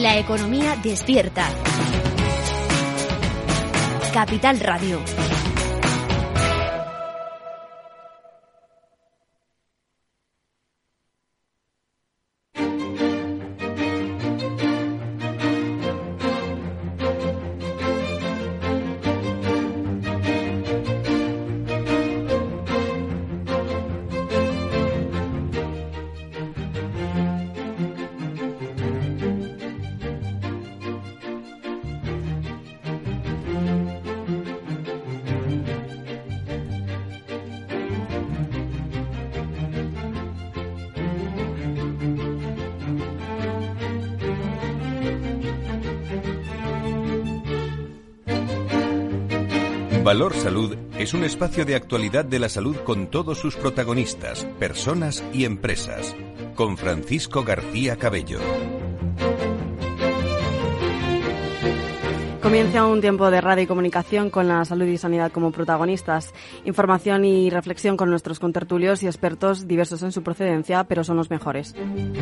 La economía despierta. Capital Radio. Valor Salud es un espacio de actualidad de la salud con todos sus protagonistas, personas y empresas. Con Francisco García Cabello. Comienza un tiempo de radio y comunicación con la salud y sanidad como protagonistas. Información y reflexión con nuestros contertulios y expertos diversos en su procedencia, pero son los mejores.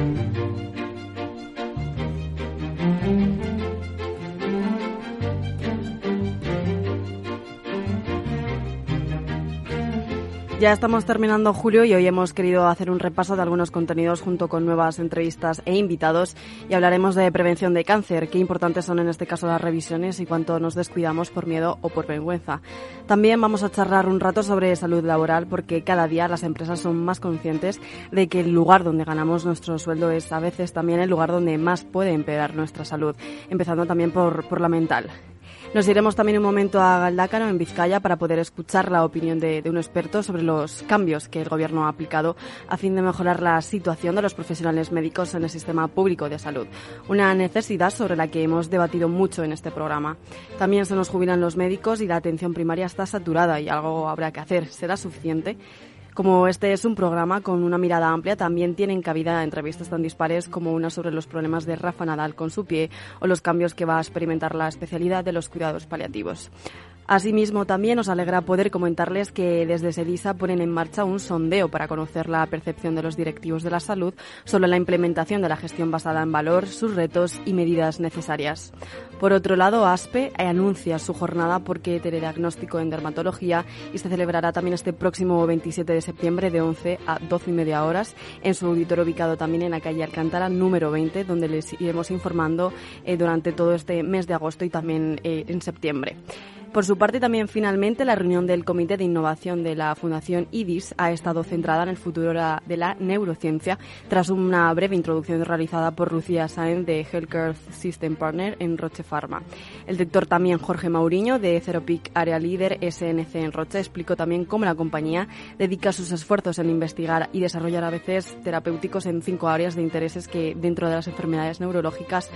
Ya estamos terminando julio y hoy hemos querido hacer un repaso de algunos contenidos junto con nuevas entrevistas e invitados y hablaremos de prevención de cáncer, qué importantes son en este caso las revisiones y cuánto nos descuidamos por miedo o por vergüenza. También vamos a charlar un rato sobre salud laboral porque cada día las empresas son más conscientes de que el lugar donde ganamos nuestro sueldo es a veces también el lugar donde más puede empeorar nuestra salud, empezando también por la mental. Nos iremos también un momento a Galdácano, en Vizcaya, para poder escuchar la opinión de un experto sobre los cambios que el Gobierno ha aplicado a fin de mejorar la situación de los profesionales médicos en el sistema público de salud. Una necesidad sobre la que hemos debatido mucho en este programa. También se nos jubilan los médicos y la atención primaria está saturada y algo habrá que hacer. ¿Será suficiente? Como este es un programa con una mirada amplia, también tienen cabida entrevistas tan dispares como una sobre los problemas de Rafa Nadal con su pie o los cambios que va a experimentar la especialidad de los cuidados paliativos. Asimismo, también nos alegra poder comentarles que desde SEDISA ponen en marcha un sondeo para conocer la percepción de los directivos de la salud sobre la implementación de la gestión basada en valor, sus retos y medidas necesarias. Por otro lado, ASPE anuncia su jornada por telediagnóstico en dermatología y se celebrará también este próximo 27 de septiembre de 11 a 12:30 horas en su auditorio ubicado también en la calle Alcántara número 20, donde les iremos informando durante todo este mes de agosto y también en septiembre. Por su parte, también finalmente la reunión del Comité de Innovación de la Fundación IDIS ha estado centrada en el futuro de la neurociencia tras una breve introducción realizada por Lucía Sáenz de Healthcare System Partner en Roche Pharma. El doctor también Jorge Mauriño de Ceropic Area Leader SNC en Roche explicó también cómo la compañía dedica sus esfuerzos en investigar y desarrollar a veces terapéuticos en 5 áreas de intereses que dentro de las enfermedades neurológicas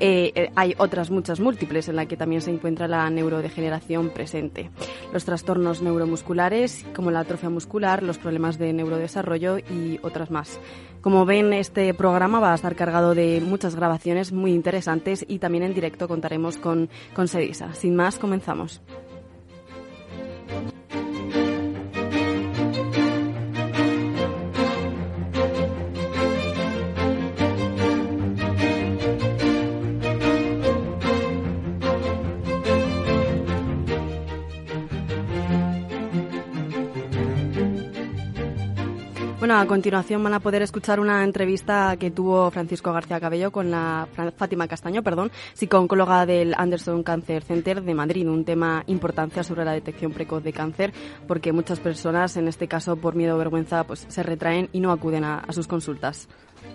hay otras muchas múltiples en la que también se encuentra la neurodegeneración presente. Los trastornos neuromusculares, como la atrofia muscular, los problemas de neurodesarrollo y otras más. Como ven, este programa va a estar cargado de muchas grabaciones muy interesantes y también en directo contaremos con SEDISA. Sin más, comenzamos. Bueno, a continuación van a poder escuchar una entrevista que tuvo Francisco García Cabello con la Fátima Castaño, psicooncóloga del Anderson Cancer Center de Madrid. Un tema importancia sobre la detección precoz de cáncer, porque muchas personas, en este caso por miedo o vergüenza, pues se retraen y no acuden a sus consultas.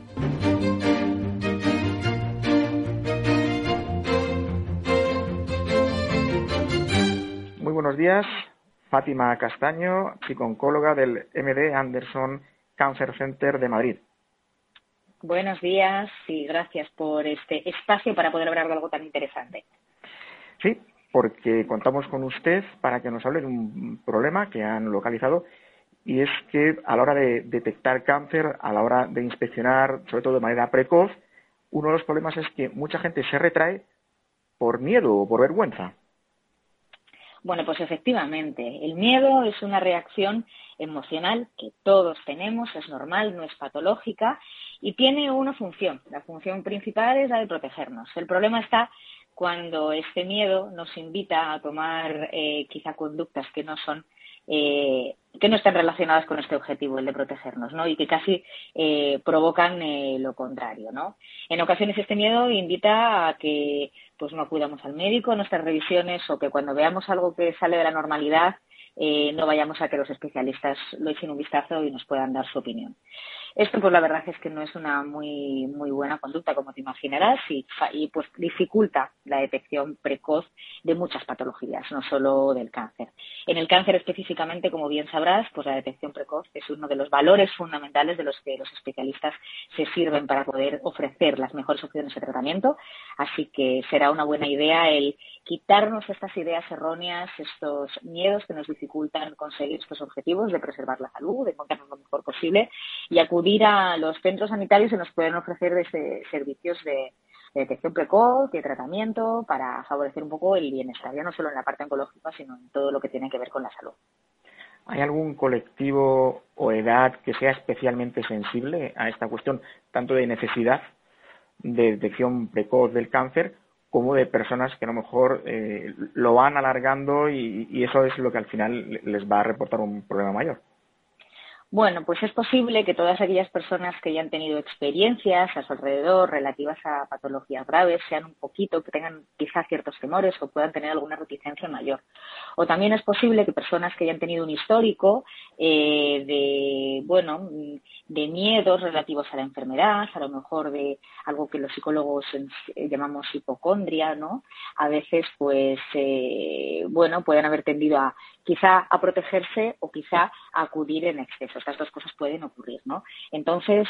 Muy buenos días, Fátima Castaño, psicooncóloga del MD Anderson Cancer Center de Madrid. Buenos días y gracias por este espacio para poder hablar de algo tan interesante. Sí, porque contamos con usted para que nos hable de un problema que han localizado, y es que a la hora de detectar cáncer, a la hora de inspeccionar, sobre todo de manera precoz, uno de los problemas es que mucha gente se retrae por miedo o por vergüenza. Bueno, pues efectivamente, el miedo es una reacción emocional que todos tenemos, es normal, no es patológica y tiene una función. La función principal es la de protegernos. El problema está cuando este miedo nos invita a tomar quizá conductas que no están relacionadas con este objetivo, el de protegernos, ¿no? Y que casi provocan lo contrario, ¿no? En ocasiones este miedo invita a que pues no acudamos al médico en nuestras revisiones o que cuando veamos algo que sale de la normalidad no vayamos a que los especialistas lo echen un vistazo y nos puedan dar su opinión. Esto, pues la verdad es que no es una muy buena conducta, como te imaginarás, y pues dificulta la detección precoz de muchas patologías, no solo del cáncer. En el cáncer específicamente, como bien sabrás, pues la detección precoz es uno de los valores fundamentales de los que los especialistas se sirven para poder ofrecer las mejores opciones de tratamiento, así que será una buena idea el quitarnos estas ideas erróneas, estos miedos que nos dificultan conseguir estos objetivos de preservar la salud, de encontrarnos lo mejor posible y acudir a los centros sanitarios que nos pueden ofrecer servicios de detección precoz, de tratamiento, para favorecer un poco el bienestar, ya no solo en la parte oncológica, sino en todo lo que tiene que ver con la salud. ¿Hay algún colectivo o edad que sea especialmente sensible a esta cuestión, tanto de necesidad de detección precoz del cáncer, como de personas que a lo mejor lo van alargando y eso es lo que al final les va a reportar un problema mayor? Bueno, pues es posible que todas aquellas personas que ya han tenido experiencias a su alrededor relativas a patologías graves sean un poquito, que tengan quizá ciertos temores o puedan tener alguna reticencia mayor. O también es posible que personas que ya han tenido un histórico de miedos relativos a la enfermedad, a lo mejor de algo que los psicólogos llamamos hipocondria, ¿no? A veces, pues, pueden haber tendido a quizá a protegerse o quizá a acudir en exceso. Estas dos cosas pueden ocurrir, ¿no? Entonces,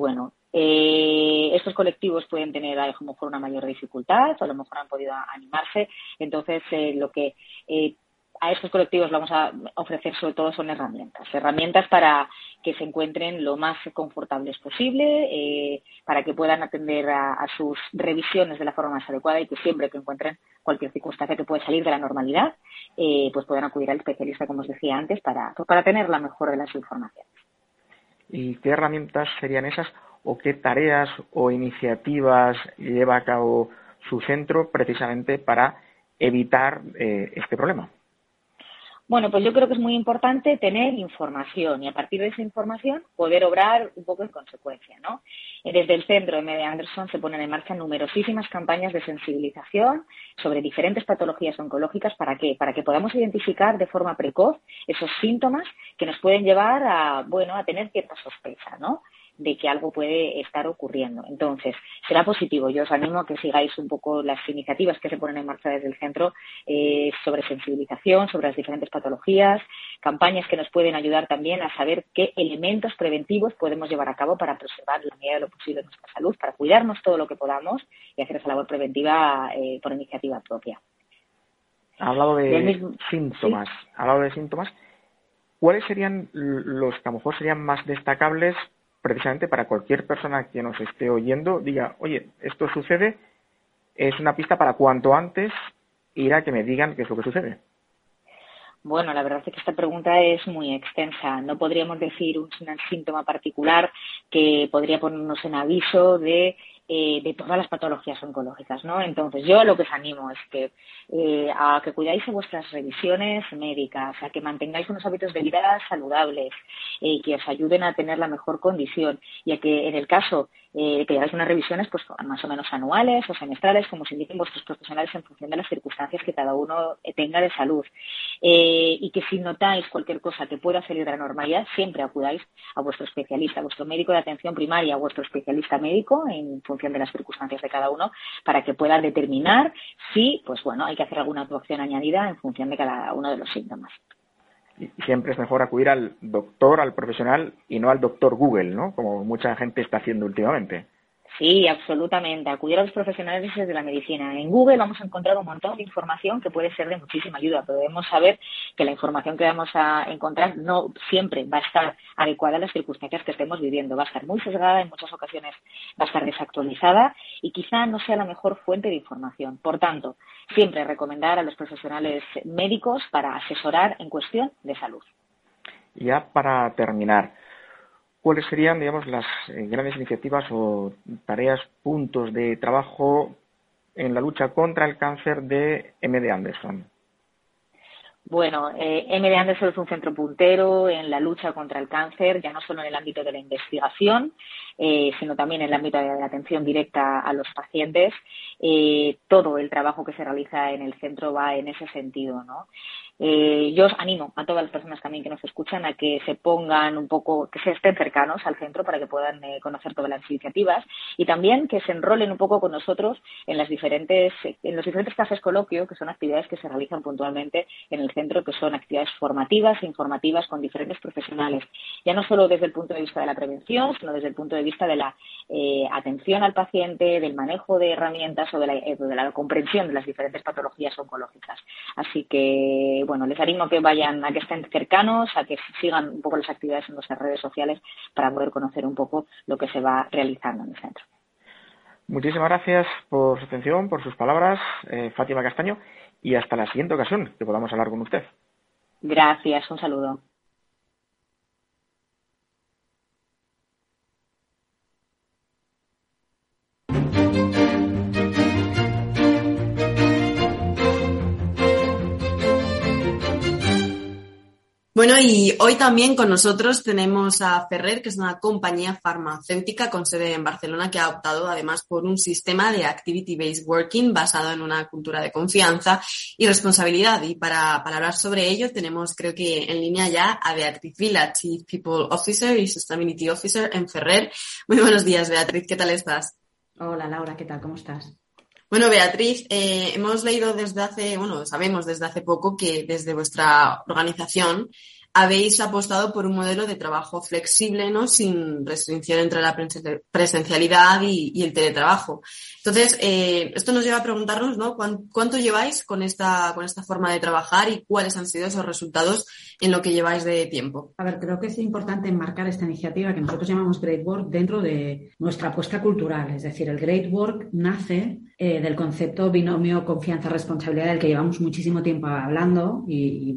estos colectivos pueden tener a lo mejor una mayor dificultad o a lo mejor han podido animarse. Entonces, a estos colectivos vamos a ofrecer sobre todo son herramientas para que se encuentren lo más confortables posible, para que puedan atender a sus revisiones de la forma más adecuada y que siempre que encuentren cualquier circunstancia que puede salir de la normalidad, pues puedan acudir al especialista, como os decía antes, para tener la mejor de las informaciones. ¿Y qué herramientas serían esas o qué tareas o iniciativas lleva a cabo su centro precisamente para evitar este problema? Bueno, pues yo creo que es muy importante tener información y a partir de esa información poder obrar un poco en consecuencia, ¿no? Desde el centro MD Anderson se ponen en marcha numerosísimas campañas de sensibilización sobre diferentes patologías oncológicas. ¿Para qué? Para que podamos identificar de forma precoz esos síntomas que nos pueden llevar a tener cierta sospecha, ¿no?, de que algo puede estar ocurriendo. Entonces, será positivo. Yo os animo a que sigáis un poco las iniciativas que se ponen en marcha desde el centro sobre sensibilización, sobre las diferentes patologías, campañas que nos pueden ayudar también a saber qué elementos preventivos podemos llevar a cabo para preservar la medida de lo posible nuestra salud, para cuidarnos todo lo que podamos y hacer esa labor preventiva por iniciativa propia. Ha hablado de síntomas. ¿Sí? Ha hablado de síntomas. ¿Cuáles serían los que a lo mejor serían más destacables precisamente para cualquier persona que nos esté oyendo, diga, oye, esto sucede, es una pista para cuanto antes ir a que me digan qué es lo que sucede? Bueno, la verdad es que esta pregunta es muy extensa. No podríamos decir un síntoma particular que podría ponernos en aviso de todas las patologías oncológicas, ¿no? Entonces, yo lo que os animo es que a que cuidáis de vuestras revisiones médicas, a que mantengáis unos hábitos de vida saludables, que os ayuden a tener la mejor condición y a que en el caso que hagáis unas revisiones pues más o menos anuales o semestrales, como se indiquen vuestros profesionales en función de las circunstancias que cada uno tenga de salud. Y que si notáis cualquier cosa que pueda salir de la normalidad, siempre acudáis a vuestro especialista, a vuestro médico de atención primaria, a vuestro especialista médico en función de las circunstancias de cada uno, para que pueda determinar si, pues bueno, hay que hacer alguna actuación añadida en función de cada uno de los síntomas. Y siempre es mejor acudir al doctor, al profesional y no al doctor Google, ¿no? Como mucha gente está haciendo últimamente. Sí, absolutamente. Acudir a los profesionales de la medicina. En Google vamos a encontrar un montón de información que puede ser de muchísima ayuda, pero debemos saber que la información que vamos a encontrar no siempre va a estar adecuada a las circunstancias que estemos viviendo. Va a estar muy sesgada, en muchas ocasiones va a estar desactualizada y quizá no sea la mejor fuente de información. Por tanto, siempre recomendar a los profesionales médicos para asesorar en cuestión de salud. Ya para terminar, ¿cuáles serían, digamos, las grandes iniciativas o tareas, puntos de trabajo en la lucha contra el cáncer de MD Anderson? Bueno, MD Anderson es un centro puntero en la lucha contra el cáncer, ya no solo en el ámbito de la investigación, sino también en el ámbito de la atención directa a los pacientes. Todo el trabajo que se realiza en el centro va en ese sentido, ¿no? Yo os animo a todas las personas también que nos escuchan a que se pongan un poco, que se estén cercanos al centro para que puedan conocer todas las iniciativas y también que se enrolen un poco con nosotros en los diferentes cafés coloquio, que son actividades que se realizan puntualmente en el centro, que son actividades formativas e informativas con diferentes profesionales, ya no solo desde el punto de vista de la prevención, sino desde el punto de vista de la atención al paciente, del manejo de herramientas o de la comprensión de las diferentes patologías oncológicas. Así que, bueno, les animo a que vayan, a que estén cercanos, a que sigan un poco las actividades en nuestras redes sociales para poder conocer un poco lo que se va realizando en el centro. Muchísimas gracias por su atención, por sus palabras, Fátima Castaño, y hasta la siguiente ocasión que podamos hablar con usted. Gracias, un saludo. Bueno, y hoy también con nosotros tenemos a Ferrer, que es una compañía farmacéutica con sede en Barcelona que ha optado además por un sistema de Activity-Based Working basado en una cultura de confianza y responsabilidad. Y para hablar sobre ello tenemos, creo que en línea ya, a Beatriz Vila, Chief People Officer y Sustainability Officer en Ferrer. Muy buenos días, Beatriz, ¿qué tal estás? Hola, Laura, ¿qué tal? ¿Cómo estás? Bueno, Beatriz, hemos leído sabemos desde hace poco que desde vuestra organización habéis apostado por un modelo de trabajo flexible, ¿no? Sin restricción entre la presencialidad y el teletrabajo. Entonces, esto nos lleva a preguntarnos, ¿no? ¿Cuánto lleváis con esta forma de trabajar y cuáles han sido esos resultados en lo que lleváis de tiempo? A ver, creo que es importante enmarcar esta iniciativa que nosotros llamamos Great Work dentro de nuestra apuesta cultural. Es decir, el Great Work nace del concepto binomio confianza-responsabilidad del que llevamos muchísimo tiempo hablando y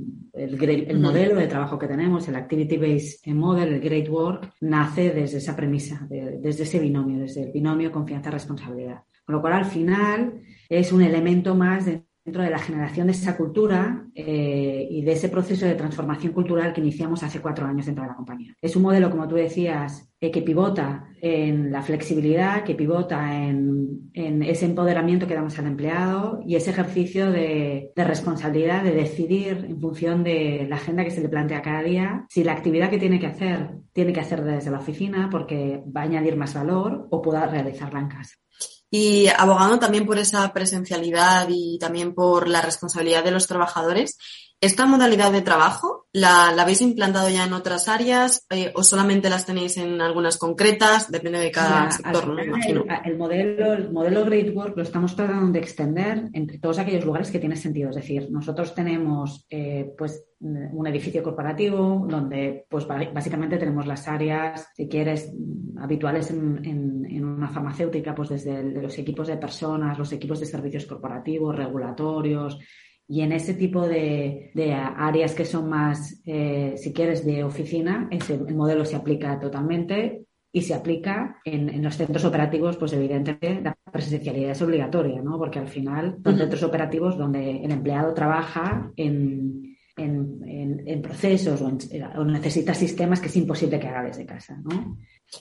el modelo de trabajo que tenemos, el Activity-Based Model, el Great Work, nace desde esa premisa, desde ese binomio, desde el binomio confianza-responsabilidad. Con lo cual, al final, es un elemento más dentro de la generación de esa cultura y de ese proceso de transformación cultural que iniciamos hace 4 años dentro de la compañía. Es un modelo, como tú decías, que pivota en la flexibilidad, que pivota en ese empoderamiento que damos al empleado y ese ejercicio de responsabilidad, de decidir en función de la agenda que se le plantea cada día, si la actividad que tiene que hacer desde la oficina porque va a añadir más valor o pueda realizarla en casa. Y abogando también por esa presencialidad y también por la responsabilidad de los trabajadores, ¿esta modalidad de trabajo la habéis implantado ya en otras áreas o solamente las tenéis en algunas concretas? Depende de cada sector, ¿no? Me imagino. El modelo Great Work lo estamos tratando de extender entre todos aquellos lugares que tiene sentido. Es decir, nosotros tenemos un edificio corporativo donde pues básicamente tenemos las áreas, si quieres, habituales en una farmacéutica, pues desde los equipos de personas, los equipos de servicios corporativos, regulatorios. Y en ese tipo de áreas que son más, si quieres, de oficina, el modelo se aplica totalmente y se aplica en los centros operativos, pues evidentemente la presencialidad es obligatoria, ¿no? Porque al final son centros operativos donde el empleado trabaja en procesos o necesita sistemas que es imposible que haga desde casa, ¿no?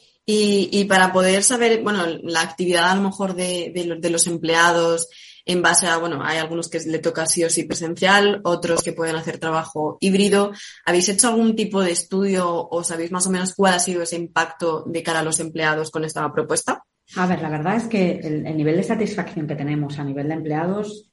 Y para poder saber, bueno, la actividad a lo mejor de los empleados en base a, bueno, hay algunos que le toca sí o sí presencial, otros que pueden hacer trabajo híbrido. ¿Habéis hecho algún tipo de estudio o sabéis más o menos cuál ha sido ese impacto de cara a los empleados con esta propuesta? A ver, la verdad es que el nivel de satisfacción que tenemos a nivel de empleados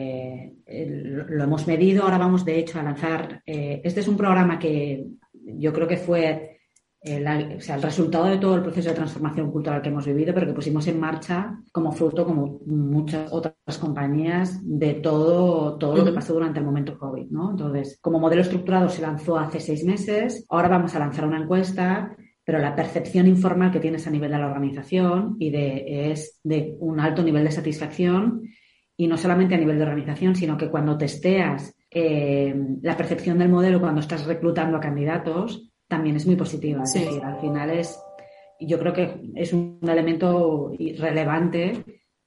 lo hemos medido. Ahora vamos, de hecho, a lanzar. Este es un programa que yo creo que fue el resultado de todo el proceso de transformación cultural que hemos vivido, pero que pusimos en marcha como fruto, como muchas otras compañías, de todo lo que pasó durante el momento COVID, ¿no? Entonces, como modelo estructurado se lanzó hace 6 meses, ahora vamos a lanzar una encuesta, pero la percepción informal que tienes a nivel de la organización es de un alto nivel de satisfacción, y no solamente a nivel de organización, sino que cuando testeas la percepción del modelo, cuando estás reclutando a candidatos, también es muy positiva. Sí. Es decir, al final yo creo que es un elemento relevante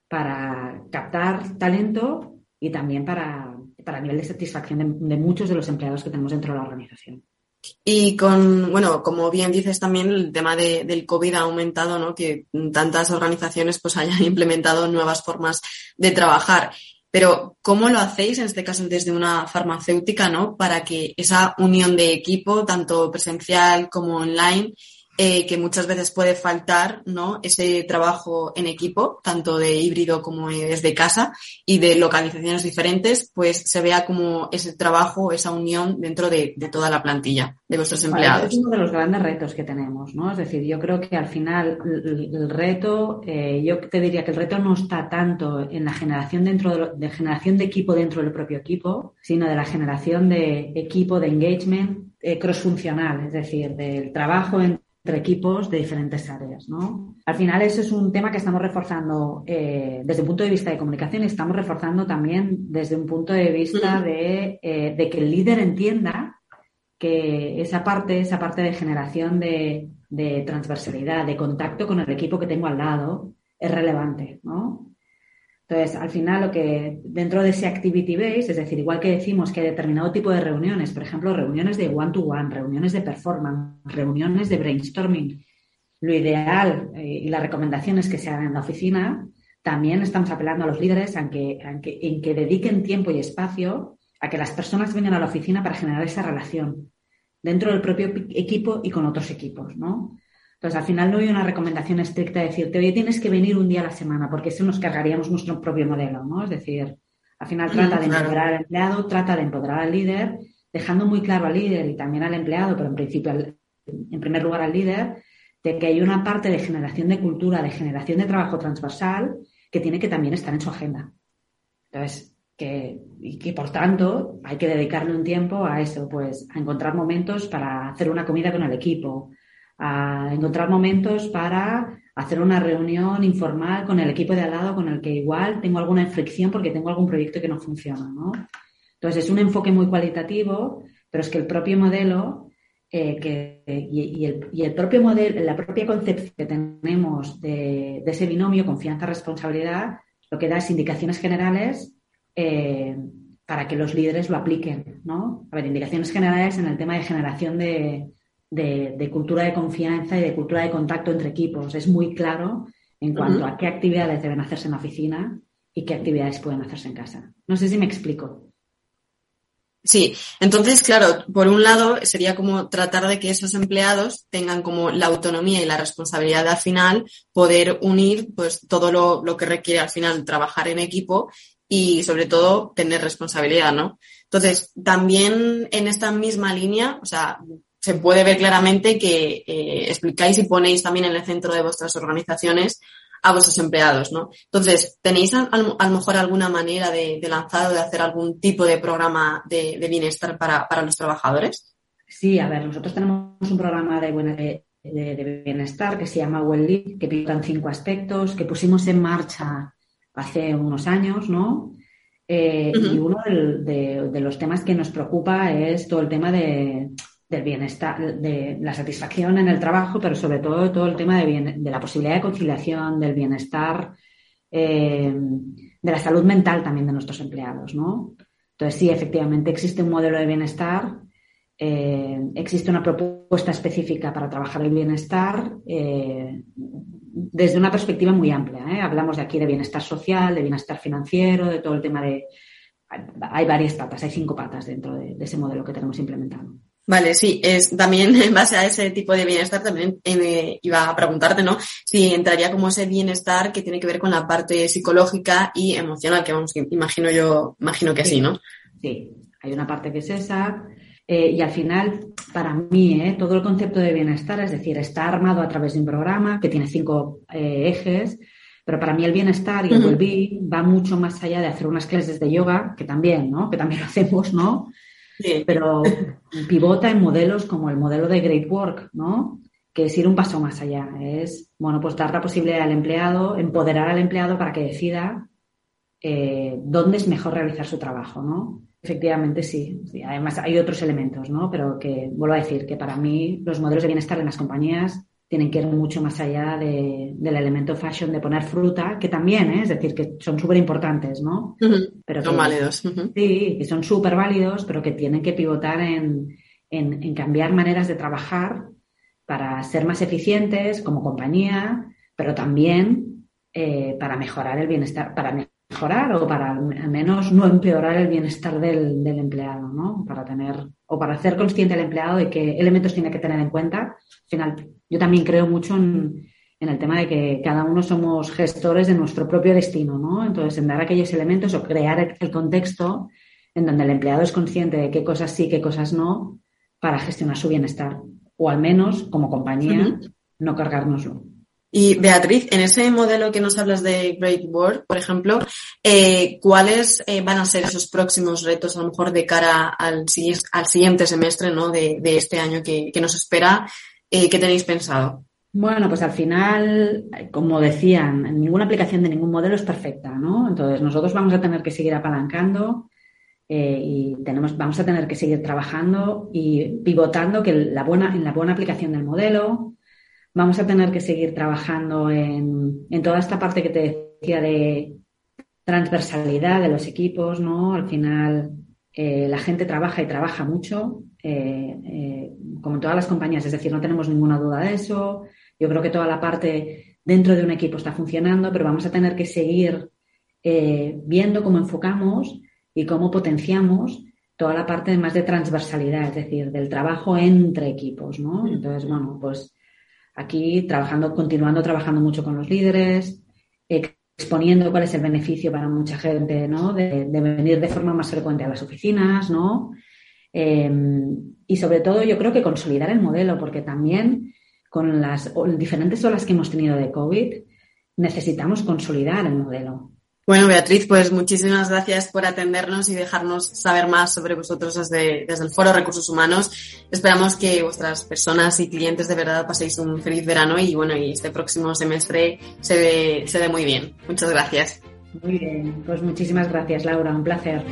para captar talento y también para nivel de satisfacción de muchos de los empleados que tenemos dentro de la organización. Y como bien dices también, el tema del COVID ha aumentado, ¿no? Que tantas organizaciones pues hayan implementado nuevas formas de trabajar. Pero, ¿cómo lo hacéis, en este caso desde una farmacéutica, ¿no? Para que esa unión de equipo, tanto presencial como online, que muchas veces puede faltar, ¿no? Ese trabajo en equipo, tanto de híbrido como desde casa y de localizaciones diferentes, pues se vea como ese trabajo, esa unión dentro de toda la plantilla de vuestros empleados. Es uno de los grandes retos que tenemos, ¿no? Es decir, yo creo que al final el reto, yo te diría que el reto no está tanto en la generación generación de equipo dentro del propio equipo, sino de la generación de equipo, de engagement cross-funcional, es decir, del trabajo entre equipos de diferentes áreas, ¿no? Al final eso es un tema que estamos reforzando desde un punto de vista de comunicación, y estamos reforzando también desde un punto de vista de que el líder entienda que esa parte de generación de transversalidad, de contacto con el equipo que tengo al lado es relevante, ¿no? Entonces, al final, lo que dentro de ese activity base, es decir, igual que decimos que hay determinado tipo de reuniones, por ejemplo, reuniones de one-to-one, reuniones de performance, reuniones de brainstorming, lo ideal y la recomendación es que se hagan en la oficina. También estamos apelando a los líderes en que dediquen tiempo y espacio a que las personas vengan a la oficina para generar esa relación dentro del propio equipo y con otros equipos, ¿no? Entonces, al final no hay una recomendación estricta de decirte, oye, tienes que venir un día a la semana, porque eso nos cargaríamos nuestro propio modelo, ¿no? Es decir, al final trata de empoderar al empleado, trata de empoderar al líder, dejando muy claro al líder y también al empleado, pero en principio, en primer lugar al líder, de que hay una parte de generación de cultura, de generación de trabajo transversal que tiene que también estar en su agenda. Entonces, que por tanto hay que dedicarle un tiempo a eso, pues a encontrar momentos para hacer una comida con el equipo, a encontrar momentos para hacer una reunión informal con el equipo de al lado con el que igual tengo alguna fricción porque tengo algún proyecto que no funciona, ¿no? Entonces, es un enfoque muy cualitativo, pero es que el propio modelo el propio modelo, la propia concepción que tenemos de ese binomio confianza-responsabilidad, lo que da es indicaciones generales para que los líderes lo apliquen, ¿no? A ver, indicaciones generales en el tema de generación de cultura de confianza y de cultura de contacto entre equipos. Es muy claro en cuanto a qué actividades deben hacerse en la oficina y qué actividades pueden hacerse en casa. No sé si me explico. Sí, entonces, claro, por un lado sería como tratar de que esos empleados tengan como la autonomía y la responsabilidad de al final poder unir pues todo lo que requiere al final trabajar en equipo y sobre todo tener responsabilidad, ¿no? Entonces, también en esta misma línea, o sea, se puede ver claramente que explicáis y ponéis también en el centro de vuestras organizaciones a vuestros empleados, ¿no? Entonces, ¿tenéis a lo mejor alguna manera de lanzar o de hacer algún tipo de programa de bienestar para los trabajadores? Sí, a ver, nosotros tenemos un programa de bienestar que se llama Well-Live, que pintan 5 aspectos, que pusimos en marcha hace unos años, ¿no? Y uno de los temas que nos preocupa es todo el tema del bienestar, de la satisfacción en el trabajo, pero sobre todo el tema de la posibilidad de conciliación, del bienestar, de la salud mental también de nuestros empleados, ¿no? Entonces, sí, efectivamente existe un modelo de bienestar, existe una propuesta específica para trabajar el bienestar desde una perspectiva muy amplia, ¿eh? Hablamos de aquí de bienestar social, de bienestar financiero, de todo el tema de... Hay varias patas, hay 5 patas dentro de ese modelo que tenemos implementado. Vale, sí, es también en base a ese tipo de bienestar también iba a preguntarte, ¿no? Si entraría como ese bienestar que tiene que ver con la parte psicológica y emocional, que vamos, imagino que sí, ¿no? Sí, hay una parte que es esa. Y al final, para mí, todo el concepto de bienestar, es decir, está armado a través de un programa que tiene 5 ejes, pero para mí el bienestar y el well-being va mucho más allá de hacer unas clases de yoga, que también, ¿no? Que también lo hacemos, ¿no? Sí. Pero pivota en modelos como el modelo de Great Work, ¿no? Que es ir un paso más allá. Es, bueno, pues dar la posibilidad al empleado, empoderar al empleado para que decida dónde es mejor realizar su trabajo, ¿no? Efectivamente, sí. Además, hay otros elementos, ¿no? Pero que, vuelvo a decir, que para mí los modelos de bienestar en las compañías tienen que ir mucho más allá del elemento fashion, de poner fruta, que también, es decir, que son súper importantes, ¿no? Pero son válidos. Sí, que son súper válidos, pero que tienen que pivotar en cambiar maneras de trabajar para ser más eficientes como compañía, pero también para mejorar el bienestar, para mejorar o para al menos no empeorar el bienestar del empleado, ¿no? Para hacer consciente al empleado de qué elementos tiene que tener en cuenta. Al final, yo también creo mucho en el tema de que cada uno somos gestores de nuestro propio destino, ¿no? Entonces, en dar aquellos elementos o crear el contexto en donde el empleado es consciente de qué cosas sí, qué cosas no, para gestionar su bienestar. O al menos, como compañía, no cargárnoslo. Y Beatriz, en ese modelo que nos hablas de Great Work, por ejemplo, ¿cuáles van a ser esos próximos retos, a lo mejor de cara al siguiente semestre, ¿no? de este año que nos espera? ¿Qué tenéis pensado? Bueno, pues al final, como decían, ninguna aplicación de ningún modelo es perfecta, ¿no? Entonces, nosotros vamos a tener que seguir apalancando y vamos a tener que seguir trabajando y pivotando en la buena aplicación del modelo. Vamos a tener que seguir trabajando en toda esta parte que te decía de transversalidad de los equipos, ¿no? Al final, la gente trabaja y trabaja mucho, como en todas las compañías, es decir, no tenemos ninguna duda de eso. Yo creo que toda la parte dentro de un equipo está funcionando, pero vamos a tener que seguir viendo cómo enfocamos y cómo potenciamos toda la parte más de transversalidad, es decir, del trabajo entre equipos, ¿no? Entonces, bueno, pues aquí continuando trabajando mucho con los líderes, exponiendo cuál es el beneficio para mucha gente, ¿no? De venir de forma más frecuente a las oficinas, ¿no? Y sobre todo yo creo que consolidar el modelo, porque también con las diferentes olas que hemos tenido de COVID necesitamos consolidar el modelo. Bueno, Beatriz, pues muchísimas gracias por atendernos y dejarnos saber más sobre vosotros desde el Foro Recursos Humanos. Esperamos que vuestras personas y clientes de verdad paséis un feliz verano y bueno, y este próximo semestre se dé muy bien. Muchas gracias. Muy bien, pues muchísimas gracias, Laura, un placer.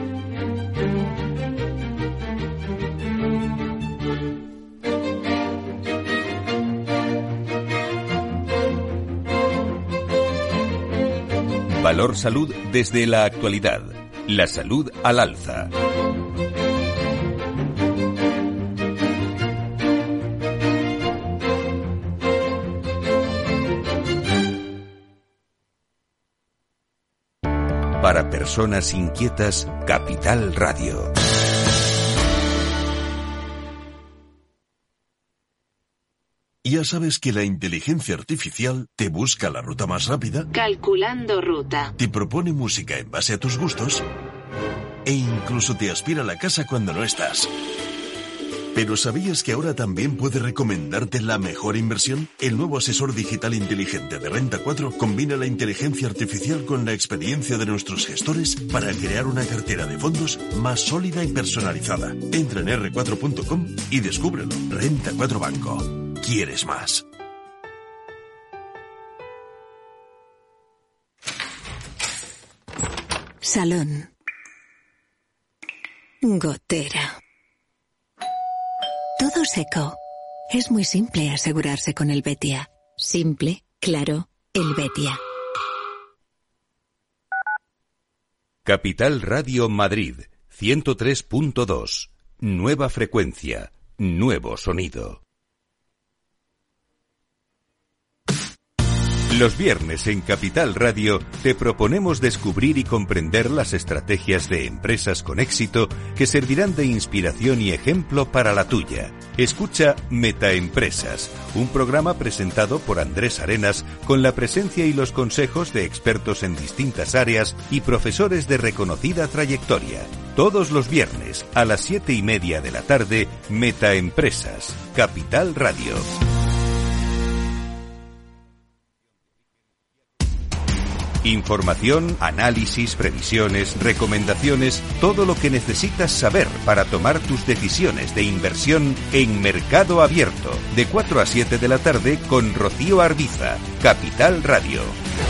Valor Salud desde la actualidad. La salud al alza. Para personas inquietas, Capital Radio. ¿Ya sabes que la inteligencia artificial te busca la ruta más rápida? Calculando ruta. Te propone música en base a tus gustos e incluso te aspira a la casa cuando no estás. ¿Pero sabías que ahora también puede recomendarte la mejor inversión? El nuevo asesor digital inteligente de Renta 4 combina la inteligencia artificial con la experiencia de nuestros gestores para crear una cartera de fondos más sólida y personalizada. Entra en r4.com y descúbrelo. Renta 4 Banco. ¿Quieres más? Salón. Gotera. Todo seco. Es muy simple asegurarse con el Betia. Simple, claro, el Betia. Capital Radio Madrid, 103.2. Nueva frecuencia, nuevo sonido. Los viernes en Capital Radio te proponemos descubrir y comprender las estrategias de empresas con éxito que servirán de inspiración y ejemplo para la tuya. Escucha Metaempresas, un programa presentado por Andrés Arenas con la presencia y los consejos de expertos en distintas áreas y profesores de reconocida trayectoria. Todos los viernes a las 7:30 de la tarde, Metaempresas, Capital Radio. Información, análisis, previsiones, recomendaciones, todo lo que necesitas saber para tomar tus decisiones de inversión en Mercado Abierto, de 4 a 7 de la tarde con Rocío Arbiza, Capital Radio.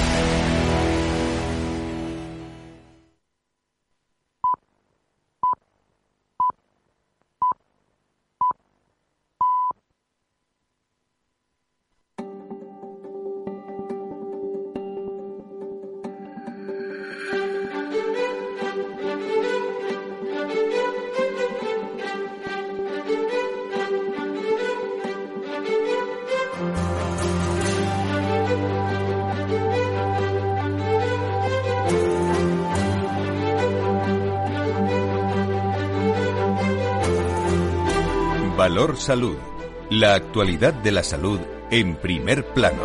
Valor Salud. La actualidad de la salud en primer plano.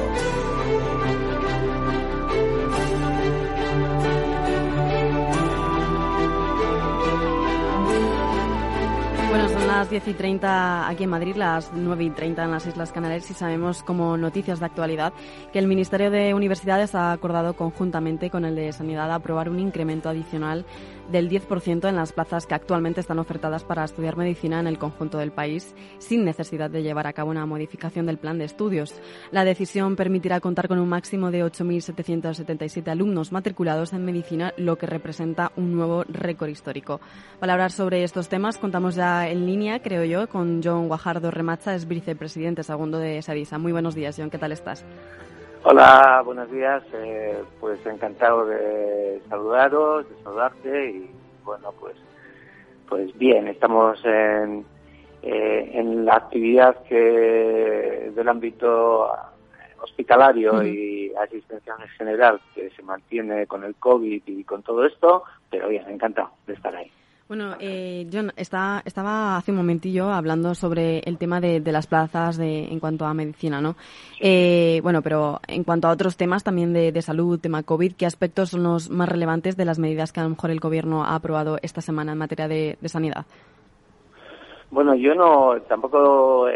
Bueno, son las 10:30 aquí en Madrid, las 9:30 en las Islas Canarias y sabemos como noticias de actualidad que el Ministerio de Universidades ha acordado conjuntamente con el de Sanidad aprobar un incremento adicional del 10% en las plazas que actualmente están ofertadas para estudiar medicina en el conjunto del país, sin necesidad de llevar a cabo una modificación del plan de estudios. La decisión permitirá contar con un máximo de 8.777 alumnos matriculados en medicina, lo que representa un nuevo récord histórico. Para hablar sobre estos temas, contamos ya en línea, creo yo, con Jon Guajardo Remacha, es vicepresidente segundo de SADISA. Muy buenos días, Jon, ¿qué tal estás? Hola, buenos días. Pues encantado de saludarte y bueno, pues bien, estamos en la actividad que del ámbito hospitalario y asistencial en general que se mantiene con el COVID y con todo esto, pero bien, encantado de estar ahí. Bueno, Jon, estaba hace un momentillo hablando sobre el tema de las plazas en cuanto a medicina, ¿no? Bueno, pero en cuanto a otros temas también de salud, tema COVID, ¿qué aspectos son los más relevantes de las medidas que a lo mejor el Gobierno ha aprobado esta semana en materia de sanidad? Bueno, yo tampoco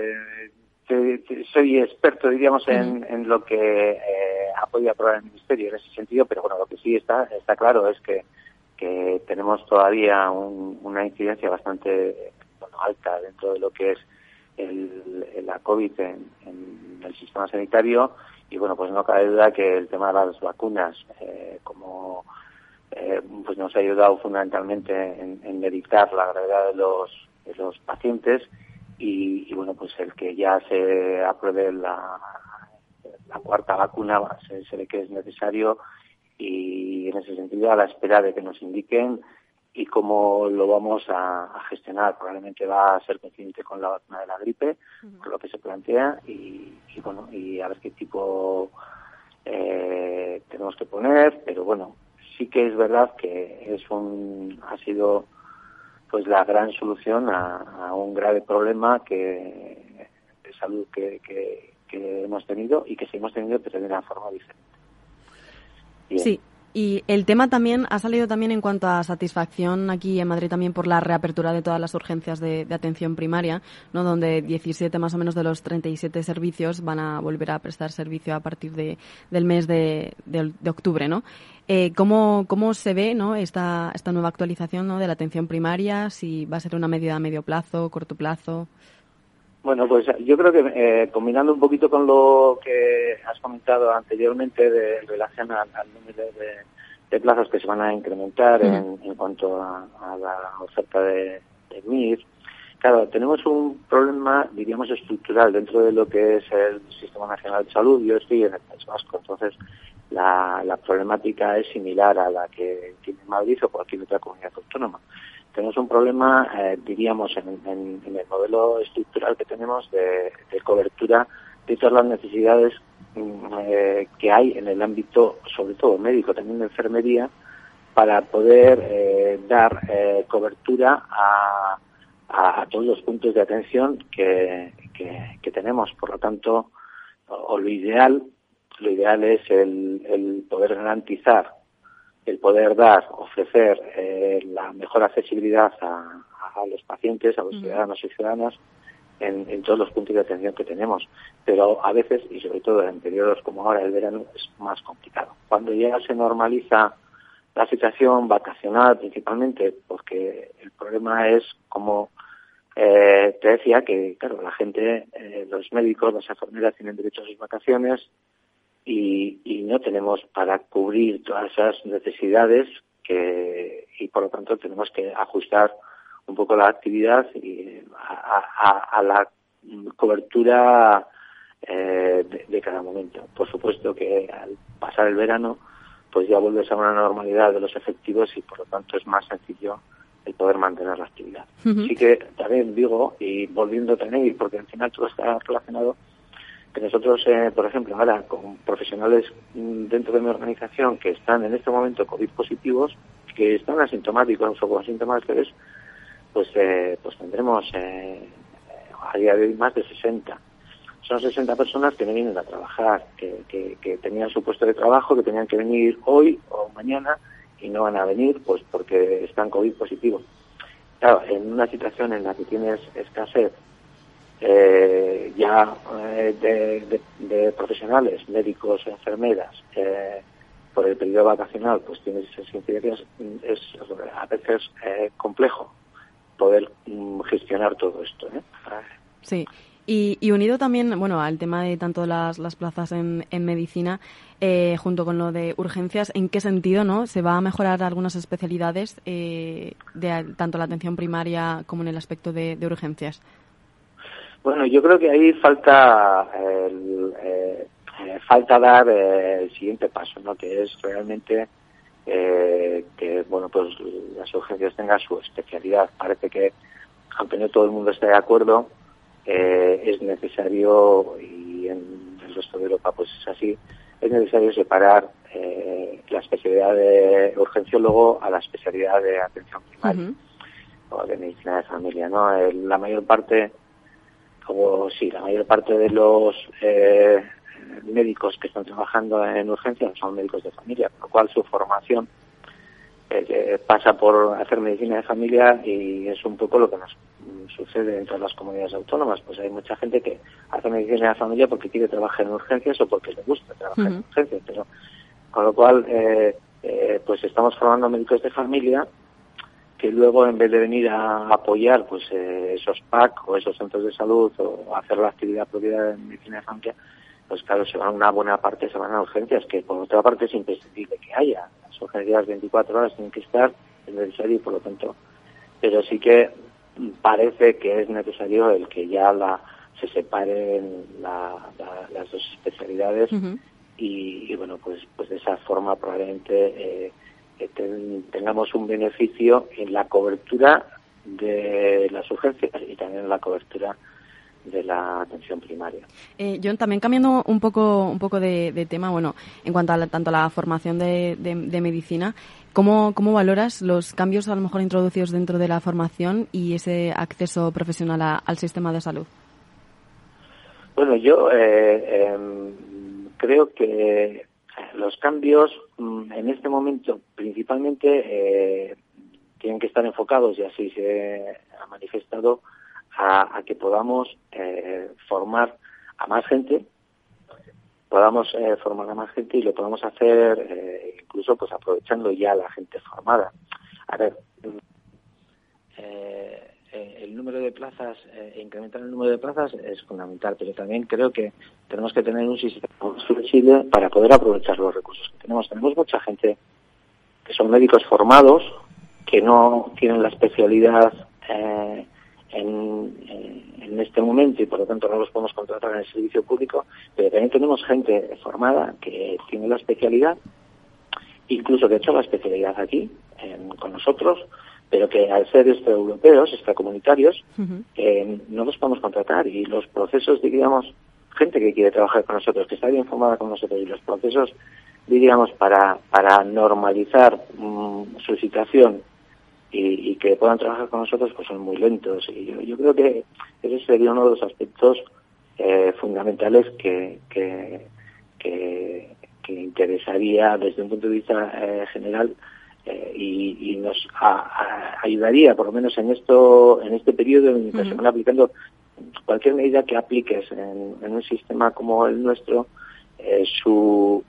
soy experto, diríamos, en lo que ha podido aprobar el Ministerio en ese sentido, pero bueno, lo que sí está claro es que tenemos todavía una incidencia bastante alta dentro de lo que es la COVID en el sistema sanitario y bueno, pues no cabe duda que el tema de las vacunas pues nos ha ayudado fundamentalmente en evitar la gravedad de los pacientes y bueno, pues el que ya se apruebe la cuarta vacuna se ve que es necesario y en ese sentido a la espera de que nos indiquen y cómo lo vamos a gestionar. Probablemente va a ser coincidente con la vacuna de la gripe, por lo que se plantea y bueno, y a ver qué tipo tenemos que poner, pero bueno, sí que es verdad que ha sido pues la gran solución a un grave problema de salud que hemos tenido y que seguimos teniendo, pero de una forma diferente. Bien. Sí, y el tema también ha salido también en cuanto a satisfacción aquí en Madrid también por la reapertura de todas las urgencias de atención primaria, ¿no? Donde 17 más o menos de los 37 servicios van a volver a prestar servicio a partir del mes de octubre, ¿no? ¿Cómo se ve, ¿no? esta nueva actualización, ¿no? de la atención primaria? Si va a ser una medida a medio plazo, corto plazo. Bueno, pues yo creo que combinando un poquito con lo que has comentado anteriormente en relación al número de plazas que se van a incrementar en cuanto a la oferta de MIR, claro, tenemos un problema, diríamos, estructural dentro de lo que es el Sistema Nacional de Salud. Yo estoy en el País Vasco, entonces la problemática es similar a la que tiene Madrid o cualquier otra comunidad autónoma. Tenemos un problema, diríamos, en el modelo estructural que tenemos de cobertura de todas las necesidades que hay en el ámbito, sobre todo médico, también de enfermería, para poder dar cobertura a a todos los puntos de atención que tenemos. Por lo tanto, lo ideal es el poder garantizar, el poder ofrecer la mejor accesibilidad a los pacientes, a los ciudadanos y ciudadanas en todos los puntos de atención que tenemos. Pero a veces, y sobre todo en periodos como ahora el verano, es más complicado. Cuando ya se normaliza la situación vacacional principalmente, porque el problema es, como te decía, que claro, la gente, los médicos, las enfermeras tienen derecho a sus vacaciones y no tenemos para cubrir todas esas necesidades y por lo tanto tenemos que ajustar un poco la actividad y a la cobertura de cada momento. Por supuesto que al pasar el verano pues ya vuelves a una normalidad de los efectivos y por lo tanto es más sencillo el poder mantener la actividad. Así que también digo, y volviendo también, porque al final todo está relacionado, que nosotros, por ejemplo, ahora con profesionales dentro de mi organización que están en este momento COVID positivos, que están asintomáticos o con síntomas leves, pues tendremos a día de hoy más de 60. Son 60 personas que no vienen a trabajar, que tenían su puesto de trabajo, que tenían que venir hoy o mañana y no van a venir pues porque están COVID positivos. Claro, en una situación en la que tienes escasez de profesionales, médicos, enfermeras, por el periodo vacacional, pues tienes esas incidencias, es a veces complejo poder gestionar todo esto. Sí. Y unido también, bueno, al tema de tanto las plazas en medicina, junto con lo de urgencias, ¿en qué sentido, no, se va a mejorar algunas especialidades de tanto la atención primaria como en el aspecto de urgencias? Bueno, yo creo que ahí falta dar el siguiente paso, ¿no? Que es realmente que, bueno, pues las urgencias tengan su especialidad. Parece que, aunque no todo el mundo esté de acuerdo, es necesario, y en el resto de Europa pues es así, es necesario separar la especialidad de urgenciólogo a la especialidad de atención primaria o de medicina de familia, ¿no? La mayor parte de los médicos que están trabajando en urgencias son médicos de familia, por lo cual su formación pasa por hacer medicina de familia, y es un poco lo que nos sucede en todas las comunidades autónomas. Pues hay mucha gente que hace medicina de familia porque quiere trabajar en urgencias o porque le gusta trabajar en urgencias, pero con lo cual pues estamos formando médicos de familia que luego, en vez de venir a apoyar pues esos PAC o esos centros de salud o hacer la actividad propia de medicina de familia, pues claro, una buena parte se van a urgencias, que por otra parte es imprescindible que haya. Las urgencias 24 horas tienen que estar, es necesario, y por lo tanto, pero sí que parece que es necesario el que ya se separen las dos especialidades y bueno, pues de esa forma probablemente tengamos un beneficio en la cobertura de las urgencias y también en la cobertura de la atención primaria. John, también cambiando un poco de tema, bueno, en cuanto a tanto la formación de medicina, ¿cómo valoras los cambios a lo mejor introducidos dentro de la formación y ese acceso profesional al sistema de salud? Bueno, yo creo que los cambios en este momento principalmente tienen que estar enfocados, y así se ha manifestado, a que podamos formar a más gente, y lo podamos hacer incluso pues aprovechando ya la gente formada. A ver, el número de plazas, incrementar el número de plazas es fundamental, pero también creo que tenemos que tener un sistema flexible para poder aprovechar los recursos que tenemos. Tenemos mucha gente que son médicos formados, que no tienen la especialidad en este momento y por lo tanto no los podemos contratar en el servicio público, pero también tenemos gente formada que tiene la especialidad, incluso que ha hecho la especialidad aquí con nosotros, pero que al ser extraeuropeos, extracomunitarios, no los podemos contratar, y los procesos, diríamos, gente que quiere trabajar con nosotros, que está bien formada con nosotros, y los procesos, diríamos, para normalizar su situación y que puedan trabajar con nosotros, pues son muy lentos. Y yo creo que ese sería uno de los aspectos fundamentales que interesaría desde un punto de vista general y nos ayudaría, por lo menos en este periodo, mientras se van aplicando cualquier medida que apliques en un sistema como el nuestro, su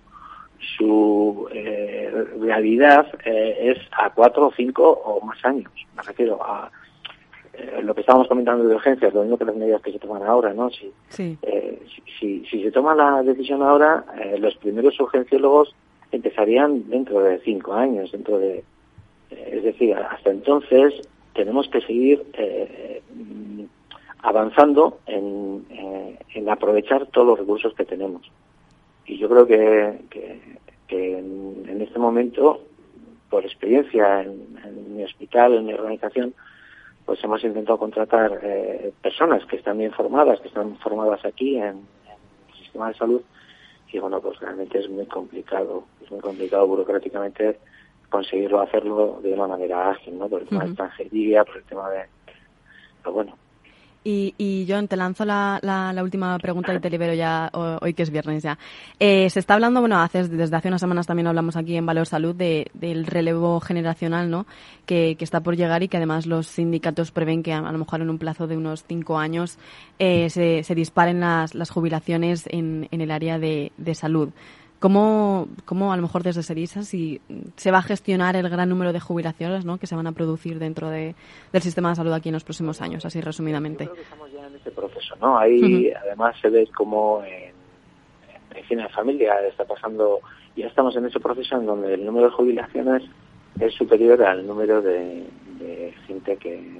realidad es a 4 o 5 o más años. Me refiero a lo que estábamos comentando de urgencias, lo mismo que las medidas que se toman ahora, ¿no? Si se toma la decisión ahora, los primeros urgenciólogos empezarían dentro de 5 años, es decir, hasta entonces tenemos que seguir avanzando en aprovechar todos los recursos que tenemos. Y yo creo que en este momento, por experiencia en mi hospital, en mi organización, pues hemos intentado contratar personas que están bien formadas, que están formadas aquí en el sistema de salud, y bueno, pues realmente es muy complicado burocráticamente conseguirlo hacerlo de una manera ágil, ¿no? Por el tema de extranjería, por el tema de... Pero bueno. Y John, te lanzo la última pregunta y te libero ya hoy que es viernes ya. Se está hablando, desde hace unas semanas también hablamos aquí en Valor Salud del relevo generacional, ¿no? Que está por llegar y que además los sindicatos prevén que a lo mejor en un plazo de unos 5 años se disparen las jubilaciones en el área de salud. ¿Cómo a lo mejor desde SEDISA si se va a gestionar el gran número de jubilaciones, ¿no? que se van a producir dentro del sistema de salud aquí en los próximos años, así resumidamente? Yo creo que estamos ya en ese proceso, ¿no? Ahí además se ve como en medicina de familia está pasando, ya estamos en ese proceso en donde el número de jubilaciones es superior al número de gente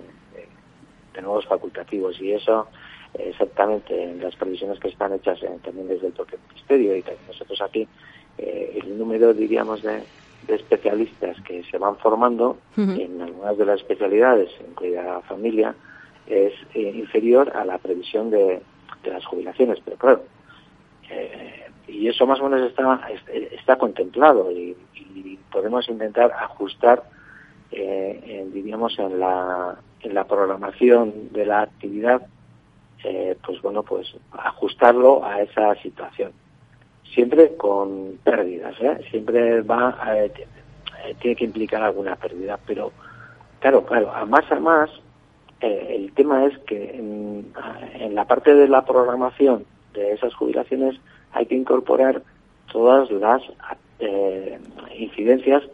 de nuevos facultativos, y eso exactamente en las previsiones que están hechas también desde el propio Ministerio y también nosotros aquí, el número, diríamos, de especialistas que se van formando en algunas de las especialidades, incluida la familia, es inferior a la previsión de las jubilaciones, pero claro, y eso más o menos está contemplado y podemos intentar ajustar, diríamos, en la programación de la actividad, pues ajustarlo a esa situación, siempre con pérdidas, siempre tiene que implicar alguna pérdida, pero claro, a más el tema es que en la parte de la programación de esas jubilaciones hay que incorporar todas las incidencias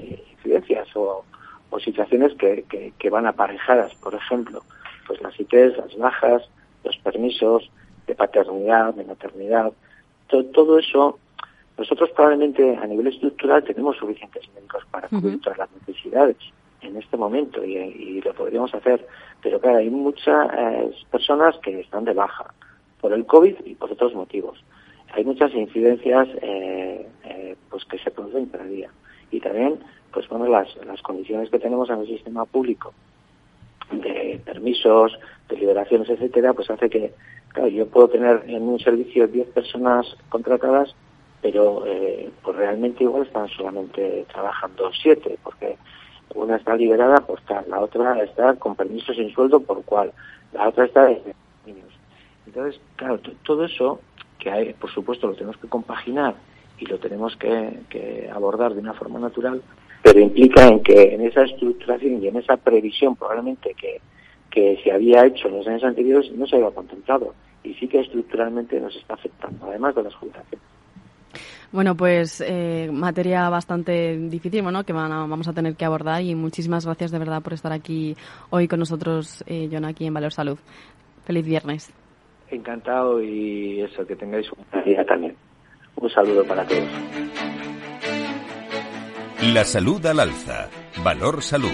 o situaciones que van aparejadas, por ejemplo, pues las ITs, las bajas, los permisos de paternidad, de maternidad, todo eso. Nosotros probablemente a nivel estructural tenemos suficientes médicos para cubrir todas las necesidades en este momento y lo podríamos hacer, pero claro, hay muchas personas que están de baja por el COVID y por otros motivos. Hay muchas incidencias pues que se producen cada día, y también las condiciones que tenemos en el sistema público de permisos, de liberaciones, etcétera, pues hace que, claro, yo puedo tener en un servicio 10 personas contratadas, pero pues realmente igual están solamente trabajando 7, porque una está liberada por tal, la otra está con permiso sin sueldo por cual, la otra está de niños. Entonces, claro, todo eso que hay, por supuesto, lo tenemos que compaginar y lo tenemos que abordar de una forma natural, pero implica en que en esa estructuración y en esa previsión probablemente que se había hecho en los años anteriores no se había contemplado, y sí que estructuralmente nos está afectando, además de las jubilaciones. Bueno, pues materia bastante difícil, ¿no? Que vamos a tener que abordar, y muchísimas gracias de verdad por estar aquí hoy con nosotros, John, aquí en Valor Salud. Feliz viernes. Encantado, y eso, que tengáis un día también. Un saludo para todos. La salud al alza. Valor Salud.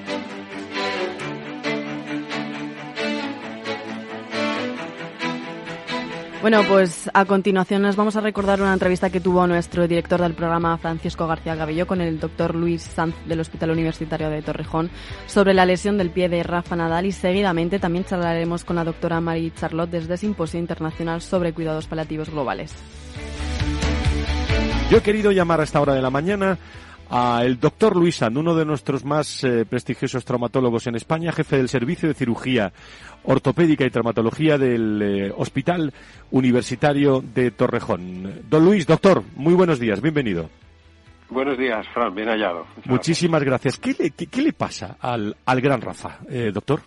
Bueno, pues a continuación nos vamos a recordar una entrevista que tuvo nuestro director del programa, Francisco García Gabello, con el doctor Luis Sanz del Hospital Universitario de Torrejón sobre la lesión del pie de Rafa Nadal, y seguidamente también charlaremos con la doctora Marie Charlotte desde Simposio Internacional sobre Cuidados Paliativos Globales. Yo he querido llamar a esta hora de la mañana al doctor Luis Sanz, uno de nuestros más prestigiosos traumatólogos en España, jefe del Servicio de Cirugía Ortopédica y Traumatología del Hospital Universitario de Torrejón. Don Luis, doctor, muy buenos días, bienvenido. Buenos días, Fran, bien hallado. Muchísimas gracias. ¿Qué le pasa al gran Rafa, doctor?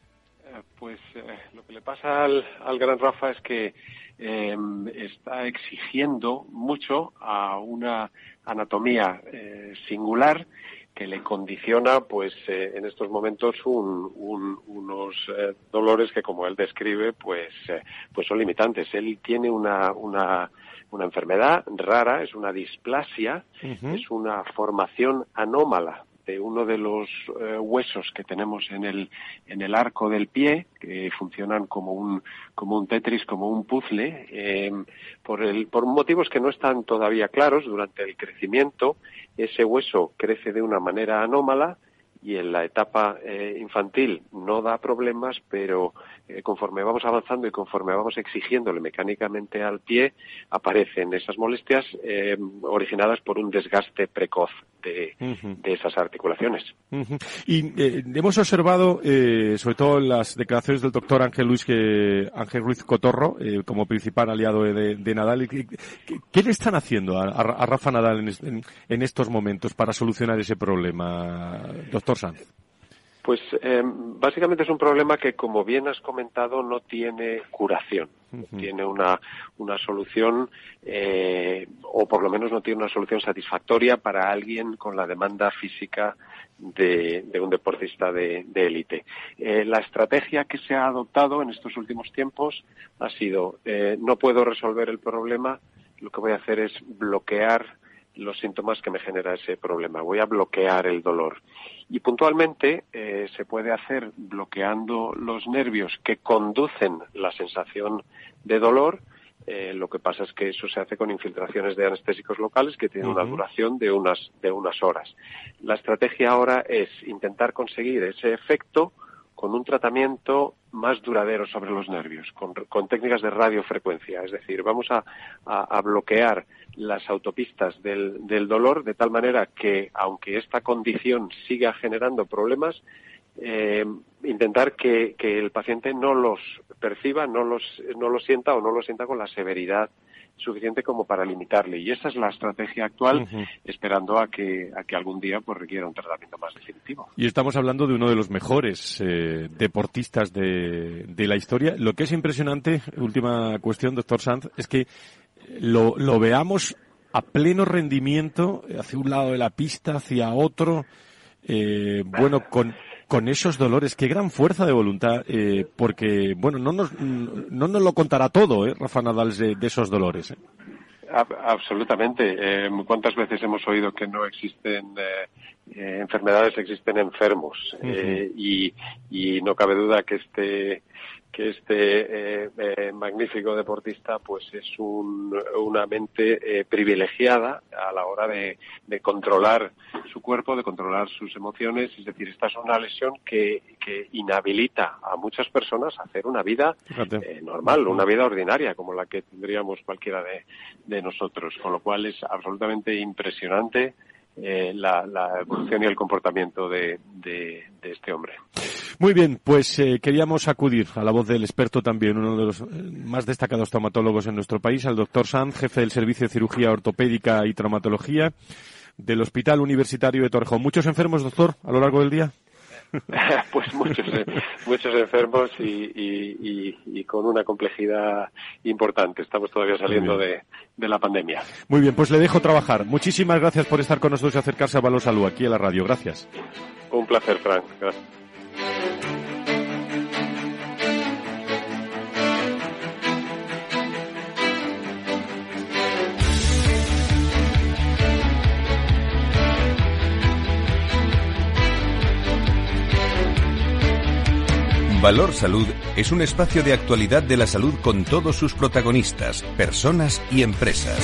Lo que le pasa al gran Rafa es que está exigiendo mucho a una anatomía singular que le condiciona, en estos momentos unos dolores que, como él describe, pues son limitantes. Él tiene una enfermedad rara, es una displasia, es una formación anómala de uno de los huesos que tenemos en el arco del pie, que funcionan como un Tetris, como un puzzle, por motivos que no están todavía claros. Durante el crecimiento, ese hueso crece de una manera anómala y en la etapa infantil no da problemas, pero conforme vamos avanzando y conforme vamos exigiéndole mecánicamente al pie, aparecen esas molestias originadas por un desgaste precoz de esas articulaciones. Y hemos observado, sobre todo en las declaraciones del doctor Ángel Ruiz Cotorro, como principal aliado de Nadal, ¿qué le están haciendo a Rafa Nadal en estos momentos para solucionar ese problema, doctor Sanz? Pues básicamente es un problema que, como bien has comentado, no tiene curación. Tiene una solución, o por lo menos no tiene una solución satisfactoria para alguien con la demanda física de un deportista de élite. La estrategia que se ha adoptado en estos últimos tiempos ha sido, no puedo resolver el problema, lo que voy a hacer es bloquear los síntomas que me genera ese problema. Voy a bloquear el dolor. Y puntualmente se puede hacer bloqueando los nervios que conducen la sensación de dolor. Lo que pasa es que eso se hace con infiltraciones de anestésicos locales que tienen una duración de unas horas. La estrategia ahora es intentar conseguir ese efecto con un tratamiento más duradero sobre los nervios, con técnicas de radiofrecuencia. Es decir, vamos a bloquear las autopistas del dolor de tal manera que, aunque esta condición siga generando problemas, intentar que el paciente no los perciba, no los sienta o no los sienta con la severidad suficiente como para limitarle. Y esa es la estrategia actual, esperando a que algún día pues requiera un tratamiento más definitivo. Y estamos hablando de uno de los mejores deportistas de la historia. Lo que es impresionante, última cuestión, doctor Sanz, es que lo veamos a pleno rendimiento hacia un lado de la pista, hacia otro, con esos dolores. Qué gran fuerza de voluntad, porque, no nos lo contará todo, Rafa Nadal, de esos dolores. Absolutamente. ¿Cuántas veces hemos oído que no existen enfermedades, existen enfermos? Y no cabe duda que este magnífico deportista pues es una mente privilegiada a la hora de controlar su cuerpo, de controlar sus emociones. Es decir, esta es una lesión que inhabilita a muchas personas a hacer una vida normal, una vida ordinaria como la que tendríamos cualquiera de nosotros, con lo cual es absolutamente impresionante la evolución y el comportamiento de este hombre. Muy bien, pues queríamos acudir a la voz del experto también, uno de los más destacados traumatólogos en nuestro país, al doctor Sanz, jefe del Servicio de Cirugía Ortopédica y Traumatología del Hospital Universitario de Torrejón. ¿Muchos enfermos, doctor, a lo largo del día? Pues muchos enfermos y con una complejidad importante. Estamos todavía saliendo de la pandemia. Muy bien, pues le dejo trabajar. Muchísimas gracias por estar con nosotros y acercarse a Valor Salud aquí en la radio. Gracias. Un placer, Frank. Gracias. Valor Salud es un espacio de actualidad de la salud con todos sus protagonistas, personas y empresas.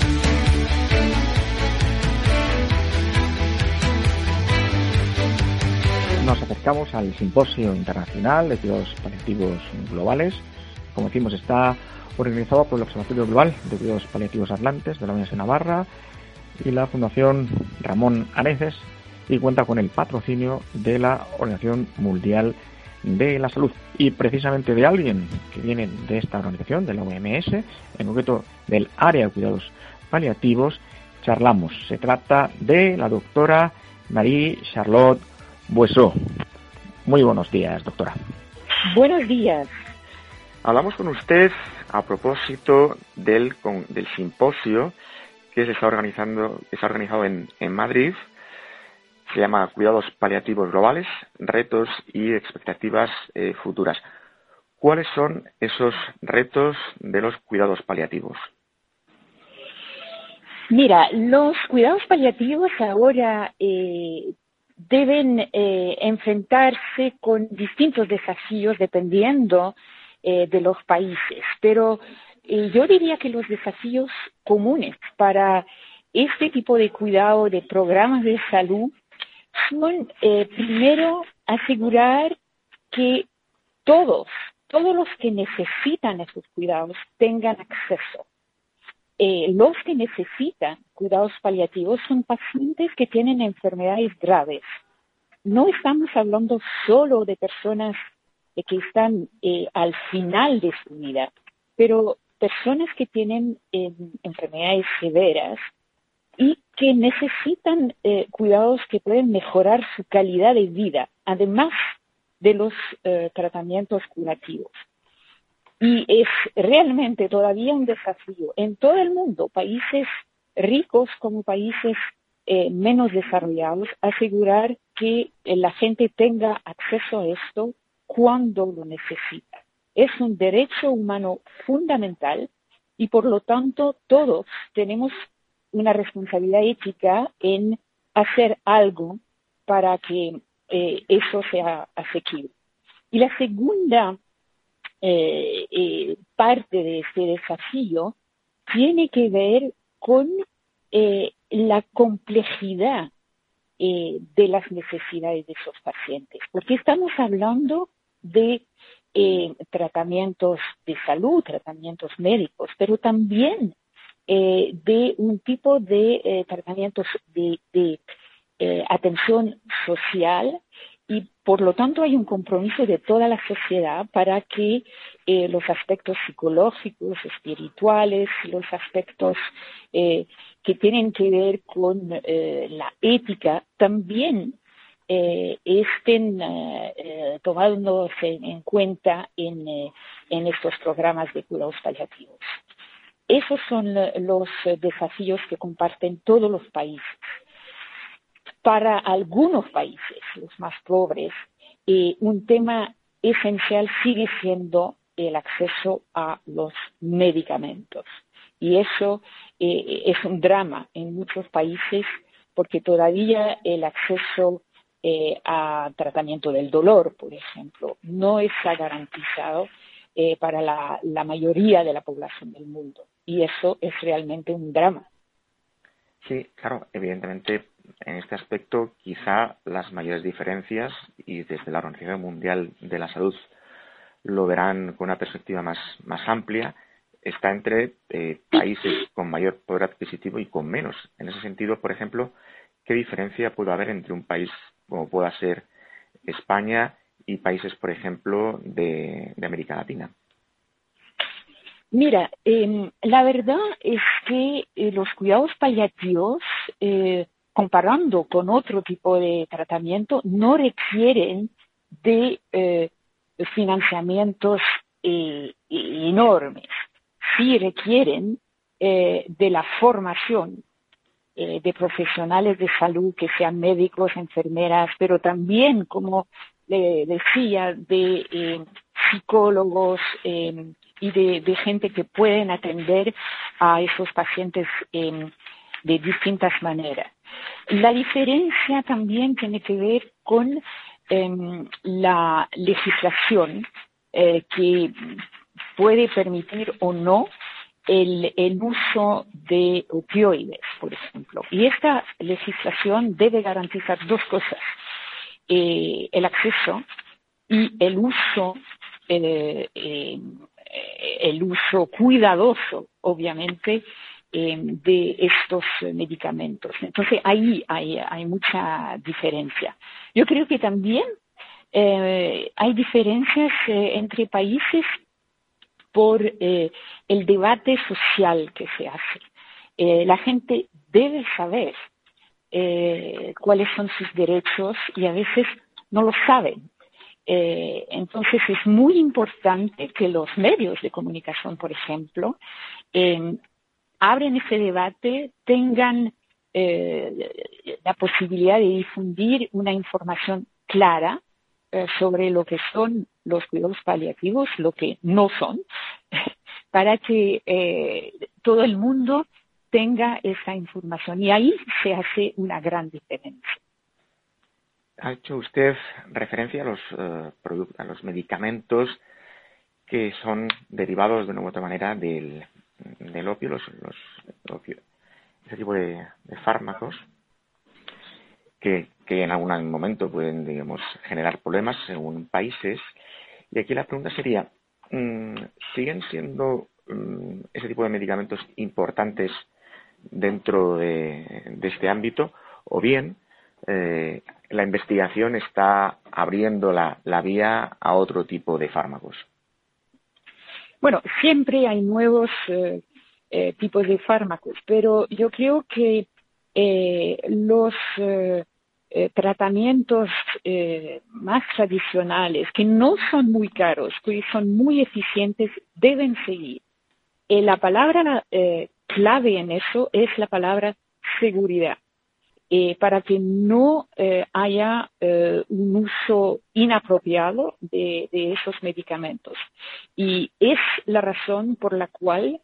Nos acercamos al Simposio Internacional de Cuidados Paliativos Globales. Como decimos, está organizado por el Observatorio Global de Cuidados Paliativos Atlantes de la Universidad de Navarra, y la Fundación Ramón Areces y cuenta con el patrocinio de la Organización Mundial de la Salud y precisamente de alguien que viene de esta organización, de la OMS, en concreto del área de cuidados paliativos, charlamos. Se trata de la doctora Marie-Charlotte Boisseau. Muy buenos días, doctora. Buenos días. Hablamos con usted a propósito del simposio que se está organizado en Madrid. Se llama Cuidados Paliativos Globales, Retos y Expectativas Futuras. ¿Cuáles son esos retos de los cuidados paliativos? Mira, los cuidados paliativos ahora deben enfrentarse con distintos desafíos dependiendo de los países, pero yo diría que los desafíos comunes para este tipo de cuidado de programas de salud son, primero, asegurar que todos los que necesitan esos cuidados tengan acceso. Los que necesitan cuidados paliativos son pacientes que tienen enfermedades graves. No estamos hablando solo de personas que están al final de su vida, pero personas que tienen enfermedades severas y que necesitan cuidados que pueden mejorar su calidad de vida, además de los tratamientos curativos. Y es realmente todavía un desafío en todo el mundo, países ricos como países menos desarrollados, asegurar que la gente tenga acceso a esto cuando lo necesita. Es un derecho humano fundamental y por lo tanto todos tenemos una responsabilidad ética en hacer algo para que eso sea asequible. Y la segunda parte de este desafío tiene que ver con la complejidad de las necesidades de esos pacientes, porque estamos hablando de tratamientos de salud, tratamientos médicos, pero también de un tipo de tratamientos de atención social y por lo tanto hay un compromiso de toda la sociedad para que los aspectos psicológicos, espirituales, los aspectos que tienen que ver con la ética también estén tomándose en cuenta en estos programas de cuidados paliativos. Esos son los desafíos que comparten todos los países. Para algunos países, los más pobres, un tema esencial sigue siendo el acceso a los medicamentos. Y eso es un drama en muchos países porque todavía el acceso a tratamiento del dolor, por ejemplo, no está garantizado para la mayoría de la población del mundo. Y eso es realmente un drama. Sí, claro, evidentemente en este aspecto quizá las mayores diferencias, y desde la Organización Mundial de la Salud lo verán con una perspectiva más amplia, está entre países con mayor poder adquisitivo y con menos. En ese sentido, por ejemplo, ¿qué diferencia puede haber entre un país como pueda ser España y países, por ejemplo, de América Latina? Mira, la verdad es que los cuidados paliativos, comparando con otro tipo de tratamiento, no requieren de financiamientos enormes. Sí requieren de la formación de profesionales de salud, que sean médicos, enfermeras, pero también, como le decía, de psicólogos y de gente que pueden atender a esos pacientes de distintas maneras. La diferencia también tiene que ver con la legislación que puede permitir o no el uso de opioides, por ejemplo. Y esta legislación debe garantizar dos cosas: el acceso y el uso cuidadoso, obviamente, de estos medicamentos. Entonces, ahí hay mucha diferencia. Yo creo que también hay diferencias entre países por el debate social que se hace. La gente debe saber cuáles son sus derechos y a veces no lo saben. Entonces es muy importante que los medios de comunicación, por ejemplo, abren ese debate, tengan la posibilidad de difundir una información clara sobre lo que son los cuidados paliativos, lo que no son, para que todo el mundo tenga esa información. Y ahí se hace una gran diferencia. Ha hecho usted referencia a los medicamentos que son derivados de una u otra manera del opio, ese tipo de fármacos que en algún momento pueden, digamos, generar problemas según países. Y aquí la pregunta sería, ¿siguen siendo ese tipo de medicamentos importantes dentro de este ámbito? O bien, la investigación está abriendo la vía a otro tipo de fármacos. Bueno, siempre hay nuevos tipos de fármacos, pero yo creo que los tratamientos más tradicionales, que no son muy caros, que son muy eficientes, deben seguir. La palabra clave en eso es la palabra seguridad. Para que no haya un uso inapropiado de esos medicamentos. Y es la razón por la cual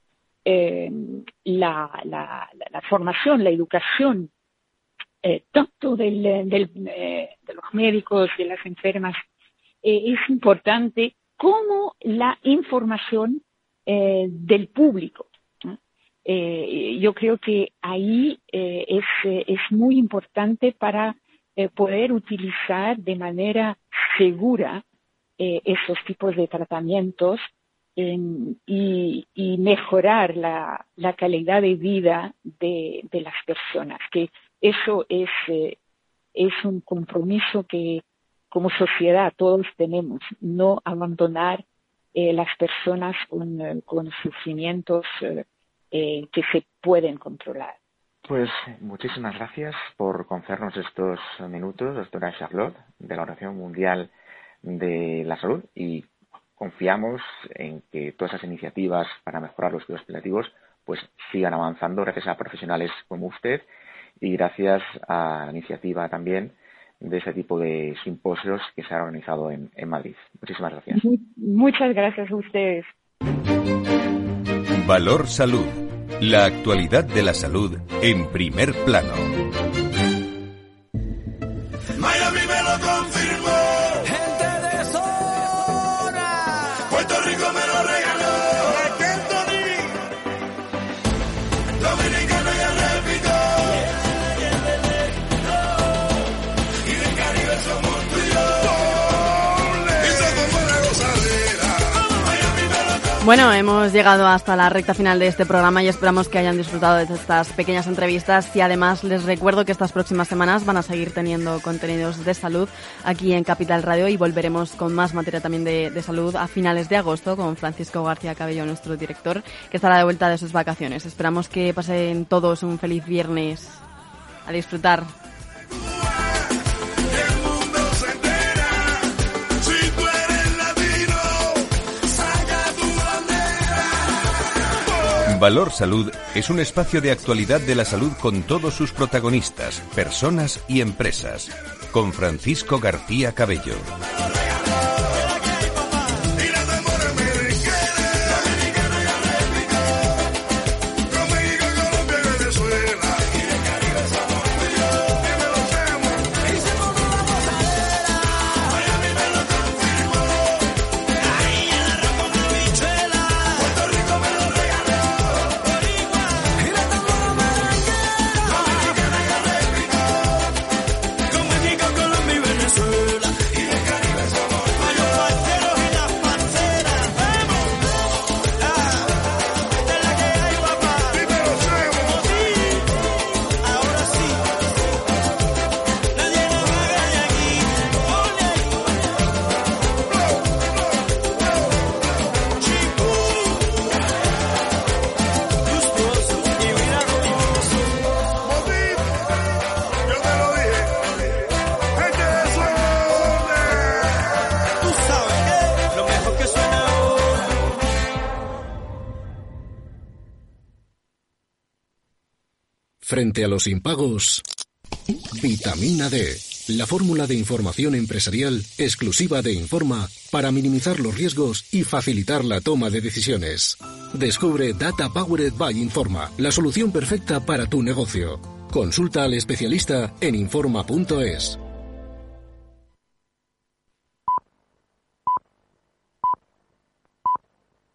la formación, la educación, tanto de los médicos, de las enfermas, es importante, como la información del público. Yo creo que ahí es muy importante para poder utilizar de manera segura esos tipos de tratamientos y mejorar la calidad de vida de las personas, que eso es un compromiso que como sociedad todos tenemos, no abandonar las personas con sufrimientos que se pueden controlar. Pues muchísimas gracias por concedernos estos minutos, doctora Charlotte, de la Organización Mundial de la Salud, y confiamos en que todas esas iniciativas para mejorar los cuidados paliativos pues sigan avanzando gracias a profesionales como usted y gracias a la iniciativa también de ese tipo de simposios que se han organizado en Madrid. Muchísimas gracias. Muchas gracias a ustedes. Valor Salud. La actualidad de la salud en primer plano. Miami me lo confirmó. Gente de zona. Puerto Rico me lo regaló. Dominicano ya repito. Y del Caribe somos tú y yo. Y somos una gozadera. Miami me lo confirmó. Bueno, hemos llegado hasta la recta final de este programa y esperamos que hayan disfrutado de estas pequeñas entrevistas, y además les recuerdo que estas próximas semanas van a seguir teniendo contenidos de salud aquí en Capital Radio, y volveremos con más materia también de salud a finales de agosto con Francisco García Cabello, nuestro director, que estará de vuelta de sus vacaciones. Esperamos que pasen todos un feliz viernes. A disfrutar. Valor Salud es un espacio de actualidad de la salud con todos sus protagonistas, personas y empresas. Con Francisco García Cabello. Como México, Colombia y Venezuela. Y del Caribe somos Frente a los impagos, Vitamina D, la fórmula de información empresarial exclusiva de Informa para minimizar los riesgos y facilitar la toma de decisiones. Descubre Data Powered by Informa, la solución perfecta para tu negocio. Consulta al especialista en Informa.es.